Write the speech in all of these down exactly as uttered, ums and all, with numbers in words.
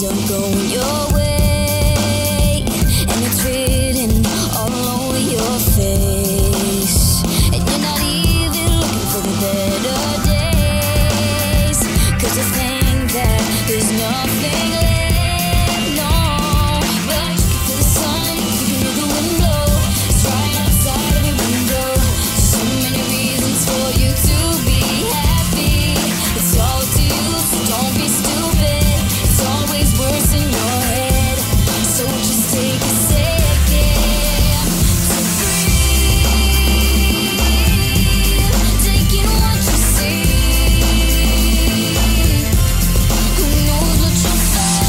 'cause I'm going your way, and it's written all over your face, and you're not even looking for the better days, 'cause I think that there's nothing left, no, but to the sun, you can hear the wind blow, it's right outside of your window, so many reasons for you to be happy, it's all to you, so don't be stupid, it's always worse in your head, so just take a second to breathe, take in what you see, who knows what you'll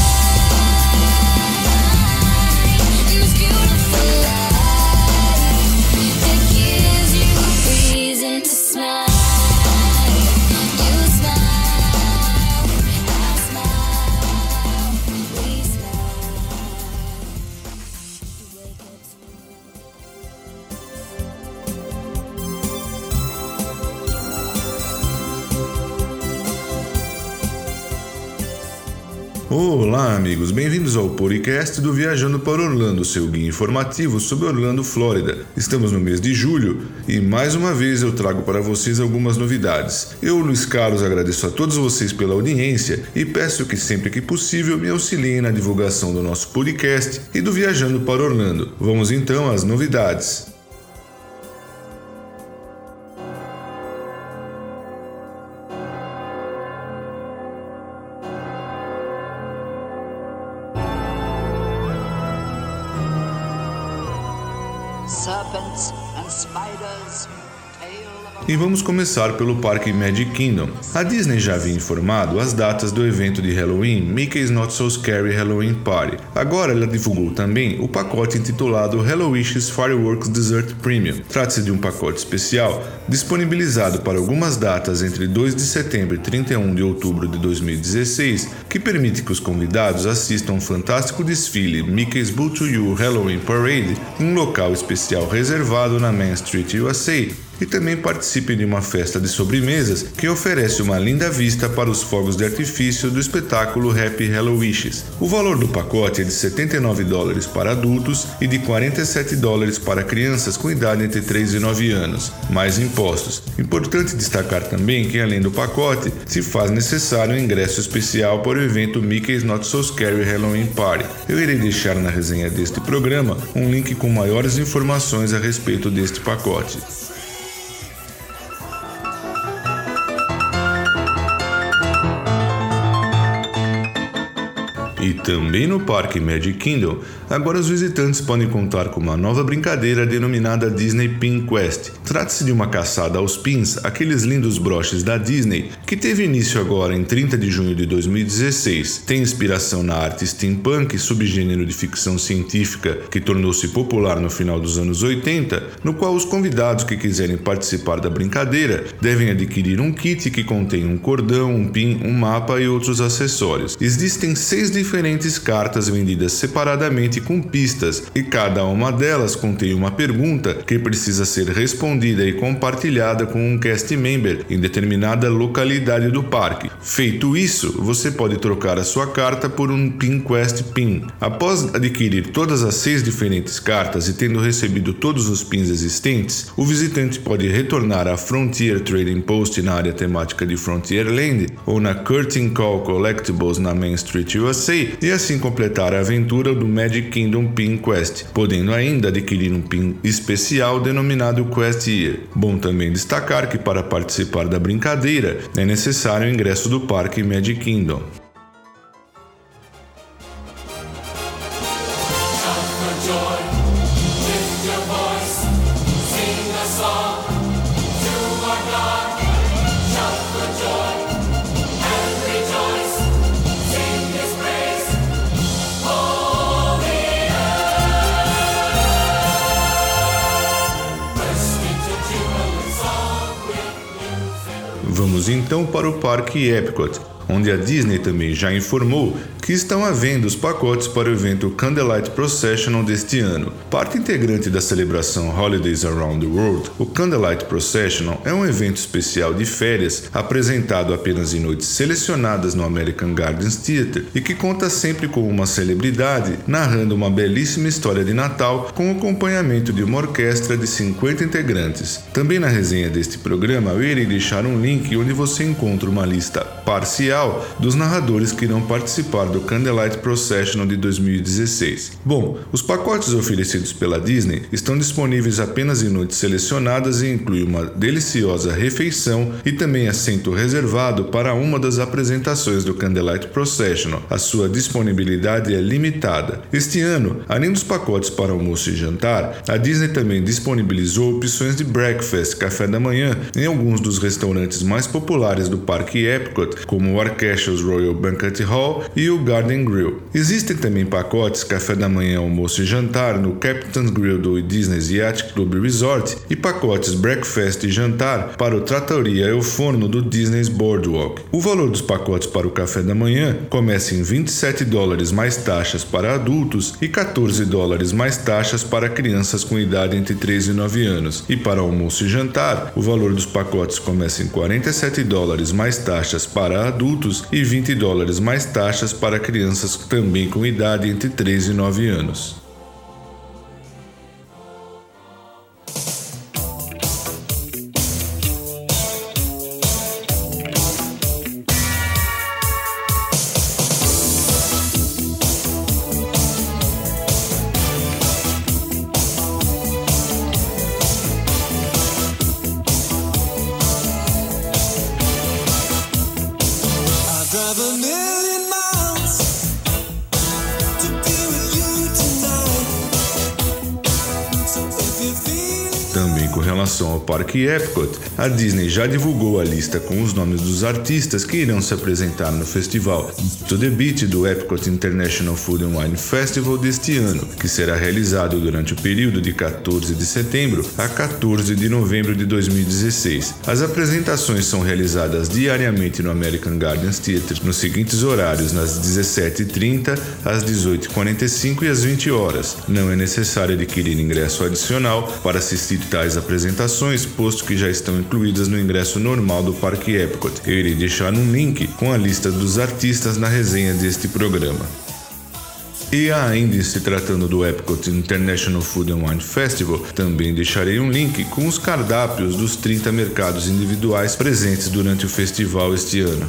find in this beautiful life that gives you reason to smile. You smile, I smile, we smile. You wake up to Olá, amigos, bem-vindos ao podcast do Viajando para Orlando, seu guia informativo sobre Orlando, Flórida. Estamos no mês de julho e mais uma vez eu trago para vocês algumas novidades. Eu, Luiz Carlos, agradeço a todos vocês pela audiência e peço que sempre que possível me auxiliem na divulgação do nosso podcast e do Viajando para Orlando. Vamos então às novidades. Serpents and spiders, tale of a... E vamos começar pelo Parque Magic Kingdom. A Disney já havia informado as datas do evento de Halloween Mickey's Not So Scary Halloween Party. Agora ela divulgou também o pacote intitulado Hallowishes Fireworks Dessert Premium. Trata-se de um pacote especial disponibilizado para algumas datas entre dois de setembro e trinta e um de outubro de dois mil e dezesseis, que permite que os convidados assistam um fantástico desfile Mickey's Boo to You Halloween Parade em um local especial reservado na Main Street U S A, e também participem de uma festa de sobremesas que oferece uma linda vista para os fogos de artifício do espetáculo Happy Hallowishes. O valor do pacote é de setenta e nove dólares para adultos e de quarenta e sete dólares para crianças com idade entre três e nove anos, mais impostos. Importante destacar também que, além do pacote, se faz necessário um ingresso especial para o evento Mickey's Not So Scary Halloween Party. Eu irei deixar na resenha deste programa um link com maiores informações a respeito deste pacote. E também no Parque Magic Kingdom, agora os visitantes podem contar com uma nova brincadeira denominada Disney Pin Quest. Trata-se de uma caçada aos pins, aqueles lindos broches da Disney, que teve início agora em trinta de junho de dois mil e dezesseis. Tem inspiração na arte steampunk, subgênero de ficção científica que tornou-se popular no final dos anos oitenta, no qual os convidados que quiserem participar da brincadeira devem adquirir um kit que contém um cordão, um pin, um mapa e outros acessórios. Existem seis diferentes diferentes cartas vendidas separadamente com pistas, e cada uma delas contém uma pergunta que precisa ser respondida e compartilhada com um cast member em determinada localidade do parque. Feito isso, você pode trocar a sua carta por um Pin Quest Pin. Após adquirir todas as seis diferentes cartas e tendo recebido todos os pins existentes, o visitante pode retornar à Frontier Trading Post na área temática de Frontierland ou na Curtain Call Collectibles na Main Street U S A e assim completar a aventura do Magic Kingdom Pin Quest, podendo ainda adquirir um pin especial denominado Quest Year. Bom também destacar que para participar da brincadeira é necessário o ingresso do Parque Magic Kingdom. Vamos então para o Parque Epcot. onde a Disney também já informou que estão à venda os pacotes para o evento Candlelight Processional deste ano. Parte integrante da celebração Holidays Around the World, o Candlelight Processional é um evento especial de férias apresentado apenas em noites selecionadas no American Gardens Theatre e que conta sempre com uma celebridade narrando uma belíssima história de Natal com acompanhamento de uma orquestra de cinquenta integrantes. Também na resenha deste programa eu irei deixar um link onde você encontra uma lista parcial dos narradores que irão participar do Candlelight Processional de dois mil e dezesseis. Bom, os pacotes oferecidos pela Disney estão disponíveis apenas em noites selecionadas e incluem uma deliciosa refeição e também assento reservado para uma das apresentações do Candlelight Processional. A sua disponibilidade é limitada. Este ano, além dos pacotes para almoço e jantar, a Disney também disponibilizou opções de breakfast, café da manhã, em alguns dos restaurantes mais populares do Parque Epcot, como o Arquesha's Royal Banquet Hall e o Garden Grill. Existem também pacotes café da manhã, almoço e jantar no Captain's Grill do Disney's Yacht Club Resort e pacotes breakfast e jantar para o Trattoria El Forno do Disney's Boardwalk. O valor dos pacotes para o café da manhã começa em vinte e sete dólares mais taxas para adultos e quatorze dólares mais taxas para crianças com idade entre três e nove anos. E para almoço e jantar, o valor dos pacotes começa em quarenta e sete dólares mais taxas para adultos e vinte dólares mais taxas para crianças também com idade entre três e nove anos. Drive a million miles to be with you tonight. So if you're feeling Também com relação ao Parque Epcot, a Disney já divulgou a lista com os nomes dos artistas que irão se apresentar no festival To The Beat do Epcot International Food and Wine Festival deste ano, que será realizado durante o período de quatorze de setembro a quatorze de novembro de dois mil e dezesseis. As apresentações são realizadas diariamente no American Gardens Theatre nos seguintes horários, nas dezessete e trinta, às dezoito e quarenta e cinco e às vinte horas. Não é necessário adquirir ingresso adicional para assistir tais apresentações, posto que já estão incluídas no ingresso normal do Parque Epcot. Eu irei deixar um link com a lista dos artistas na resenha deste programa. E ainda se tratando do Epcot International Food and Wine Festival, também deixarei um link com os cardápios dos trinta mercados individuais presentes durante o festival este ano.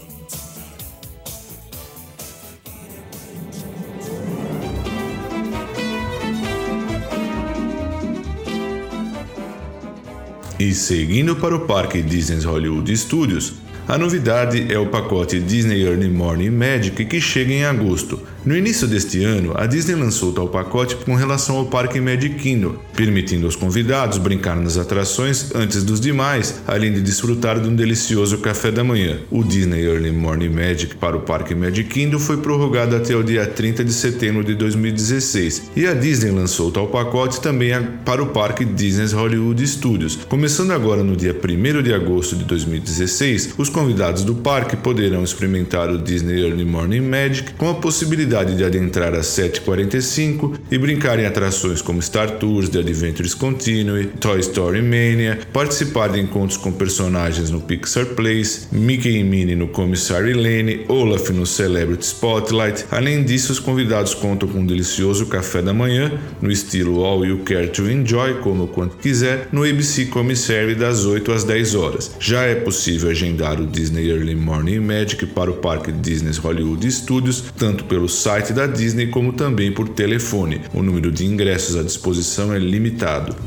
E seguindo para o Parque Disney's Hollywood Studios, a novidade é o pacote Disney Early Morning Magic que chega em agosto. No início deste ano, a Disney lançou tal pacote com relação ao Parque Magic Kingdom, permitindo aos convidados brincar nas atrações antes dos demais, além de desfrutar de um delicioso café da manhã. O Disney Early Morning Magic para o Parque Magic Kingdom foi prorrogado até o dia trinta de setembro de dois mil e dezesseis, e a Disney lançou tal pacote também para o Parque Disney's Hollywood Studios. Começando agora no dia primeiro de agosto de dois mil e dezesseis, os convidados do parque poderão experimentar o Disney Early Morning Magic com a possibilidade de adentrar às sete e quarenta e cinco e brincar em atrações como Star Tours, The Adventures Continue, Toy Story Mania, participar de encontros com personagens no Pixar Place, Mickey e Minnie no Commissary Lane, Olaf no Celebrity Spotlight. Além disso, os convidados contam com um delicioso café da manhã no estilo All You Care to Enjoy, como o quanto quiser, no A B C Commissary das oito às dez horas. Já é possível agendar o Disney Early Morning Magic para o Parque Disney's Hollywood Studios, tanto pelo site da Disney como também por telefone. O número de ingressos à disposição é limitado.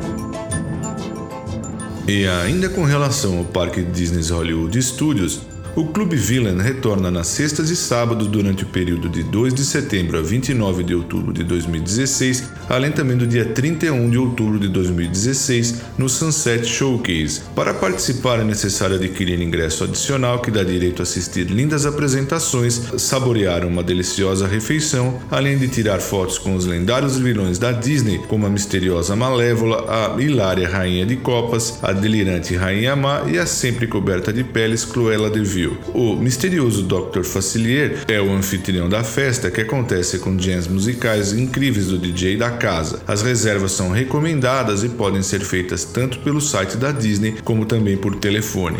E ainda com relação ao Parque Disney's Hollywood Studios, O Clube Villain retorna nas sextas e sábados durante o período de dois de setembro a vinte e nove de outubro de dois mil e dezesseis, além também do dia trinta e um de outubro de dois mil e dezesseis no Sunset Showcase. Para participar é necessário adquirir ingresso adicional que dá direito a assistir lindas apresentações, saborear uma deliciosa refeição, além de tirar fotos com os lendários vilões da Disney, como a misteriosa Malévola, a hilária Rainha de Copas, a delirante Rainha Má e a sempre coberta de peles Cruella de Vil. O misterioso doutor Facilier é o anfitrião da festa, que acontece com jams musicais incríveis do D J da casa. As reservas são recomendadas e podem ser feitas tanto pelo site da Disney como também por telefone.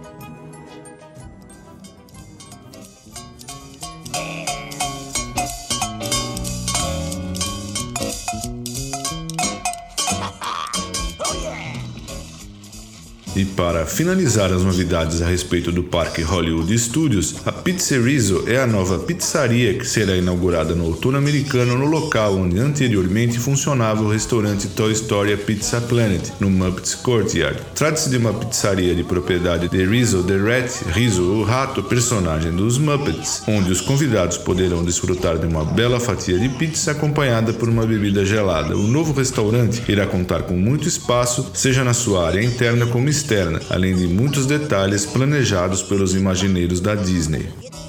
E para finalizar as novidades a respeito do Parque Hollywood Studios, a Pizzerizo é a nova pizzaria que será inaugurada no outono americano no local onde anteriormente funcionava o restaurante Toy Story Pizza Planet, no Muppets Courtyard. Trata-se de uma pizzaria de propriedade de Rizzo the Rat, Rizzo o Rato, personagem dos Muppets, onde os convidados poderão desfrutar de uma bela fatia de pizza acompanhada por uma bebida gelada. O novo restaurante irá contar com muito espaço, seja na sua área interna como externa, além de muitos detalhes planejados pelos imagineiros da Disney.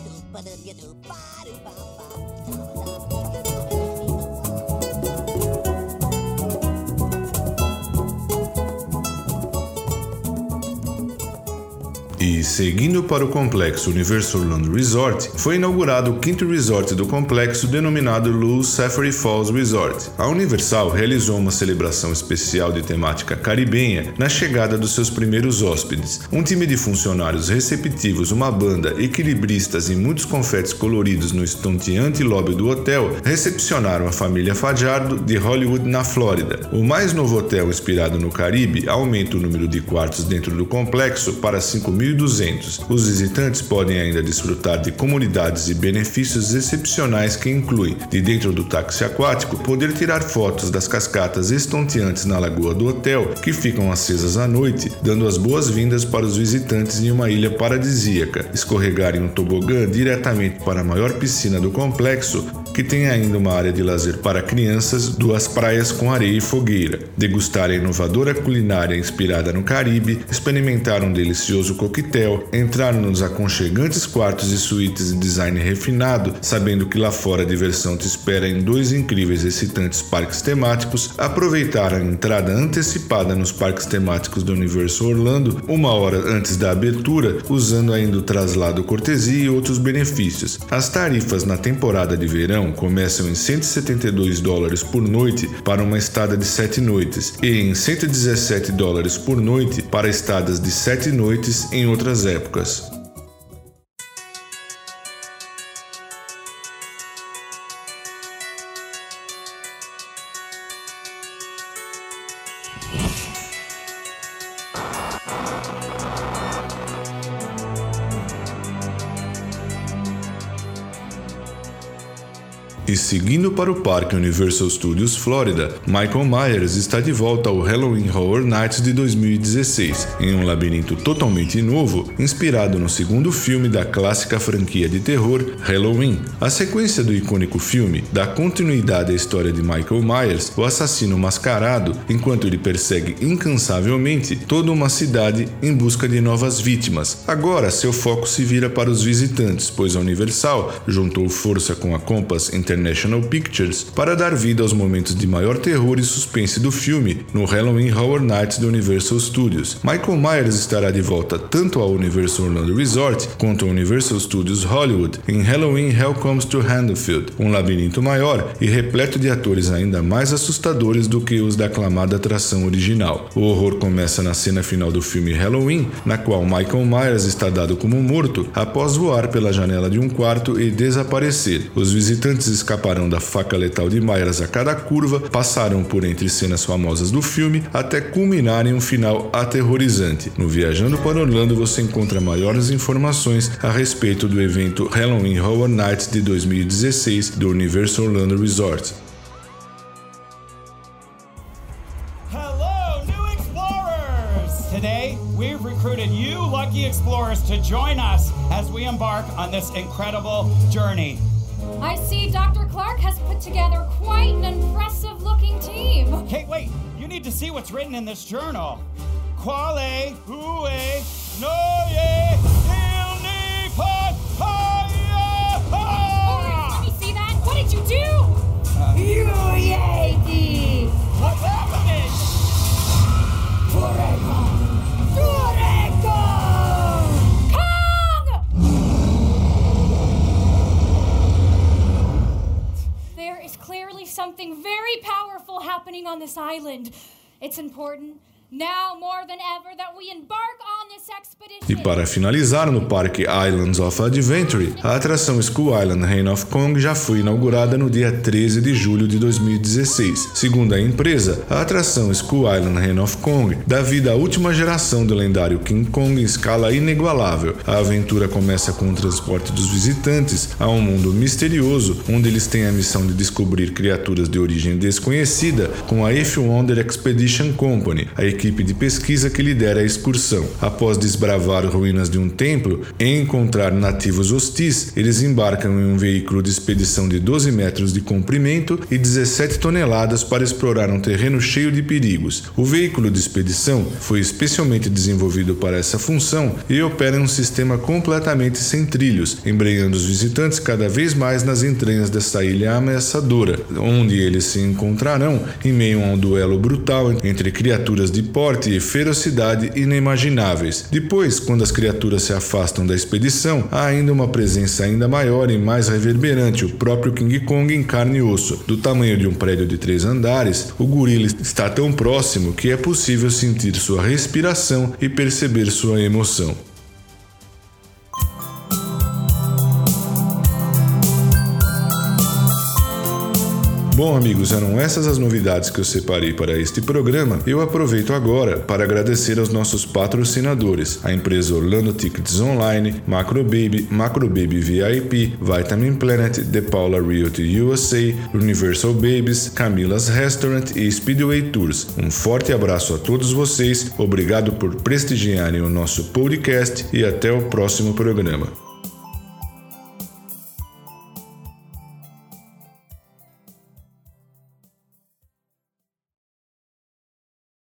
E seguindo para o complexo Universal Orlando Resort, foi inaugurado o quinto resort do complexo, denominado Lewis Safari Falls Resort. A Universal realizou uma celebração especial de temática caribenha na chegada dos seus primeiros hóspedes. Um time de funcionários receptivos, uma banda, equilibristas e muitos confetes coloridos no estonteante lobby do hotel recepcionaram a família Fajardo de Hollywood, na Flórida. O mais novo hotel inspirado no Caribe aumenta o número de quartos dentro do complexo para cinco mil e duzentos. Os visitantes podem ainda desfrutar de comunidades e benefícios excepcionais que incluem, de dentro do táxi aquático, poder tirar fotos das cascatas estonteantes na lagoa do hotel, que ficam acesas à noite, dando as boas-vindas para os visitantes em uma ilha paradisíaca, escorregar em um tobogã diretamente para a maior piscina do complexo, que tem ainda uma área de lazer para crianças, duas praias com areia e fogueira, degustar a inovadora culinária inspirada no Caribe, experimentar um delicioso coquetel, entrar nos aconchegantes quartos e suítes de design refinado, sabendo que lá fora a diversão te espera em dois incríveis e excitantes parques temáticos, aproveitar a entrada antecipada nos parques temáticos do Universal Orlando uma hora antes da abertura, usando ainda o traslado cortesia e outros benefícios. As tarifas na temporada de verão começam em cento e setenta e dois dólares por noite para uma estada de sete noites e em cento e dezessete dólares por noite para estadas de sete noites em outras épocas. E seguindo para o Parque Universal Studios Florida, Michael Myers está de volta ao Halloween Horror Nights de dois mil e dezesseis, em um labirinto totalmente novo, inspirado no segundo filme da clássica franquia de terror Halloween. A sequência do icônico filme dá continuidade à história de Michael Myers, o assassino mascarado, enquanto ele persegue incansavelmente toda uma cidade em busca de novas vítimas. Agora, seu foco se vira para os visitantes, pois a Universal juntou força com a Compass International Pictures para dar vida aos momentos de maior terror e suspense do filme no Halloween Horror Nights do Universal Studios. Michael Myers estará de volta tanto ao Universal Orlando Resort quanto ao Universal Studios Hollywood em Halloween Hell Comes to Haddonfield, um labirinto maior e repleto de atores ainda mais assustadores do que os da aclamada atração original. O horror começa na cena final do filme Halloween, na qual Michael Myers está dado como morto após voar pela janela de um quarto e desaparecer. Os visitantes escaparão da faca letal de Myers a cada curva, passarão por entre cenas famosas do filme, até culminar em um final aterrorizante. No Viajando para Orlando você encontra maiores informações a respeito do evento Halloween Horror Nights de dois mil e dezesseis do Universal Orlando Resort. Hello, new explorers! Today, we've recruited you lucky explorers explorers to join us as we embark on this incredible journey. I see Doctor Clark has put together quite an impressive-looking team. Hey, wait, you need to see what's written in this journal. Quale, hue, noye, ilni, papaya. Oh, let me see that. What did you do? You Yeti! What's happening? Furego! Furego! Kong! There is clearly something very powerful happening on this island. It's important, now more than ever, that we embark on this expedition. E para finalizar, no parque Islands of Adventure, a atração Skull Island Reign of Kong já foi inaugurada no dia treze de julho de dois mil e dezesseis. Segundo a empresa, a atração Skull Island Reign of Kong dá vida à última geração do lendário King Kong em escala inigualável. A aventura começa com o transporte dos visitantes a um mundo misterioso, onde eles têm a missão de descobrir criaturas de origem desconhecida com a Eighth Wonder Expedition Company, a equipe de pesquisa que lidera a excursão. Após desbravar ruínas de um templo e encontrar nativos hostis, eles embarcam em um veículo de expedição de doze metros de comprimento e dezessete toneladas para explorar um terreno cheio de perigos. O veículo de expedição foi especialmente desenvolvido para essa função e opera em um sistema completamente sem trilhos, embrenhando os visitantes cada vez mais nas entranhas dessa ilha ameaçadora, onde eles se encontrarão em meio a um duelo brutal entre criaturas de porte e ferocidade inimagináveis. Depois, quando as criaturas se afastam da expedição, há ainda uma presença ainda maior e mais reverberante, o próprio King Kong em carne e osso. Do tamanho de um prédio de três andares, o gorila está tão próximo que é possível sentir sua respiração e perceber sua emoção. Bom, amigos, eram essas as novidades que eu separei para este programa. Eu aproveito agora para agradecer aos nossos patrocinadores, a empresa Orlando Tickets Online, Macrobaby, Macrobaby V I P, Vitamin Planet, The Paula Realty U S A, Universal Babies, Camila's Restaurant e Speedway Tours. Um forte abraço a todos vocês, obrigado por prestigiarem o nosso podcast e até o próximo programa.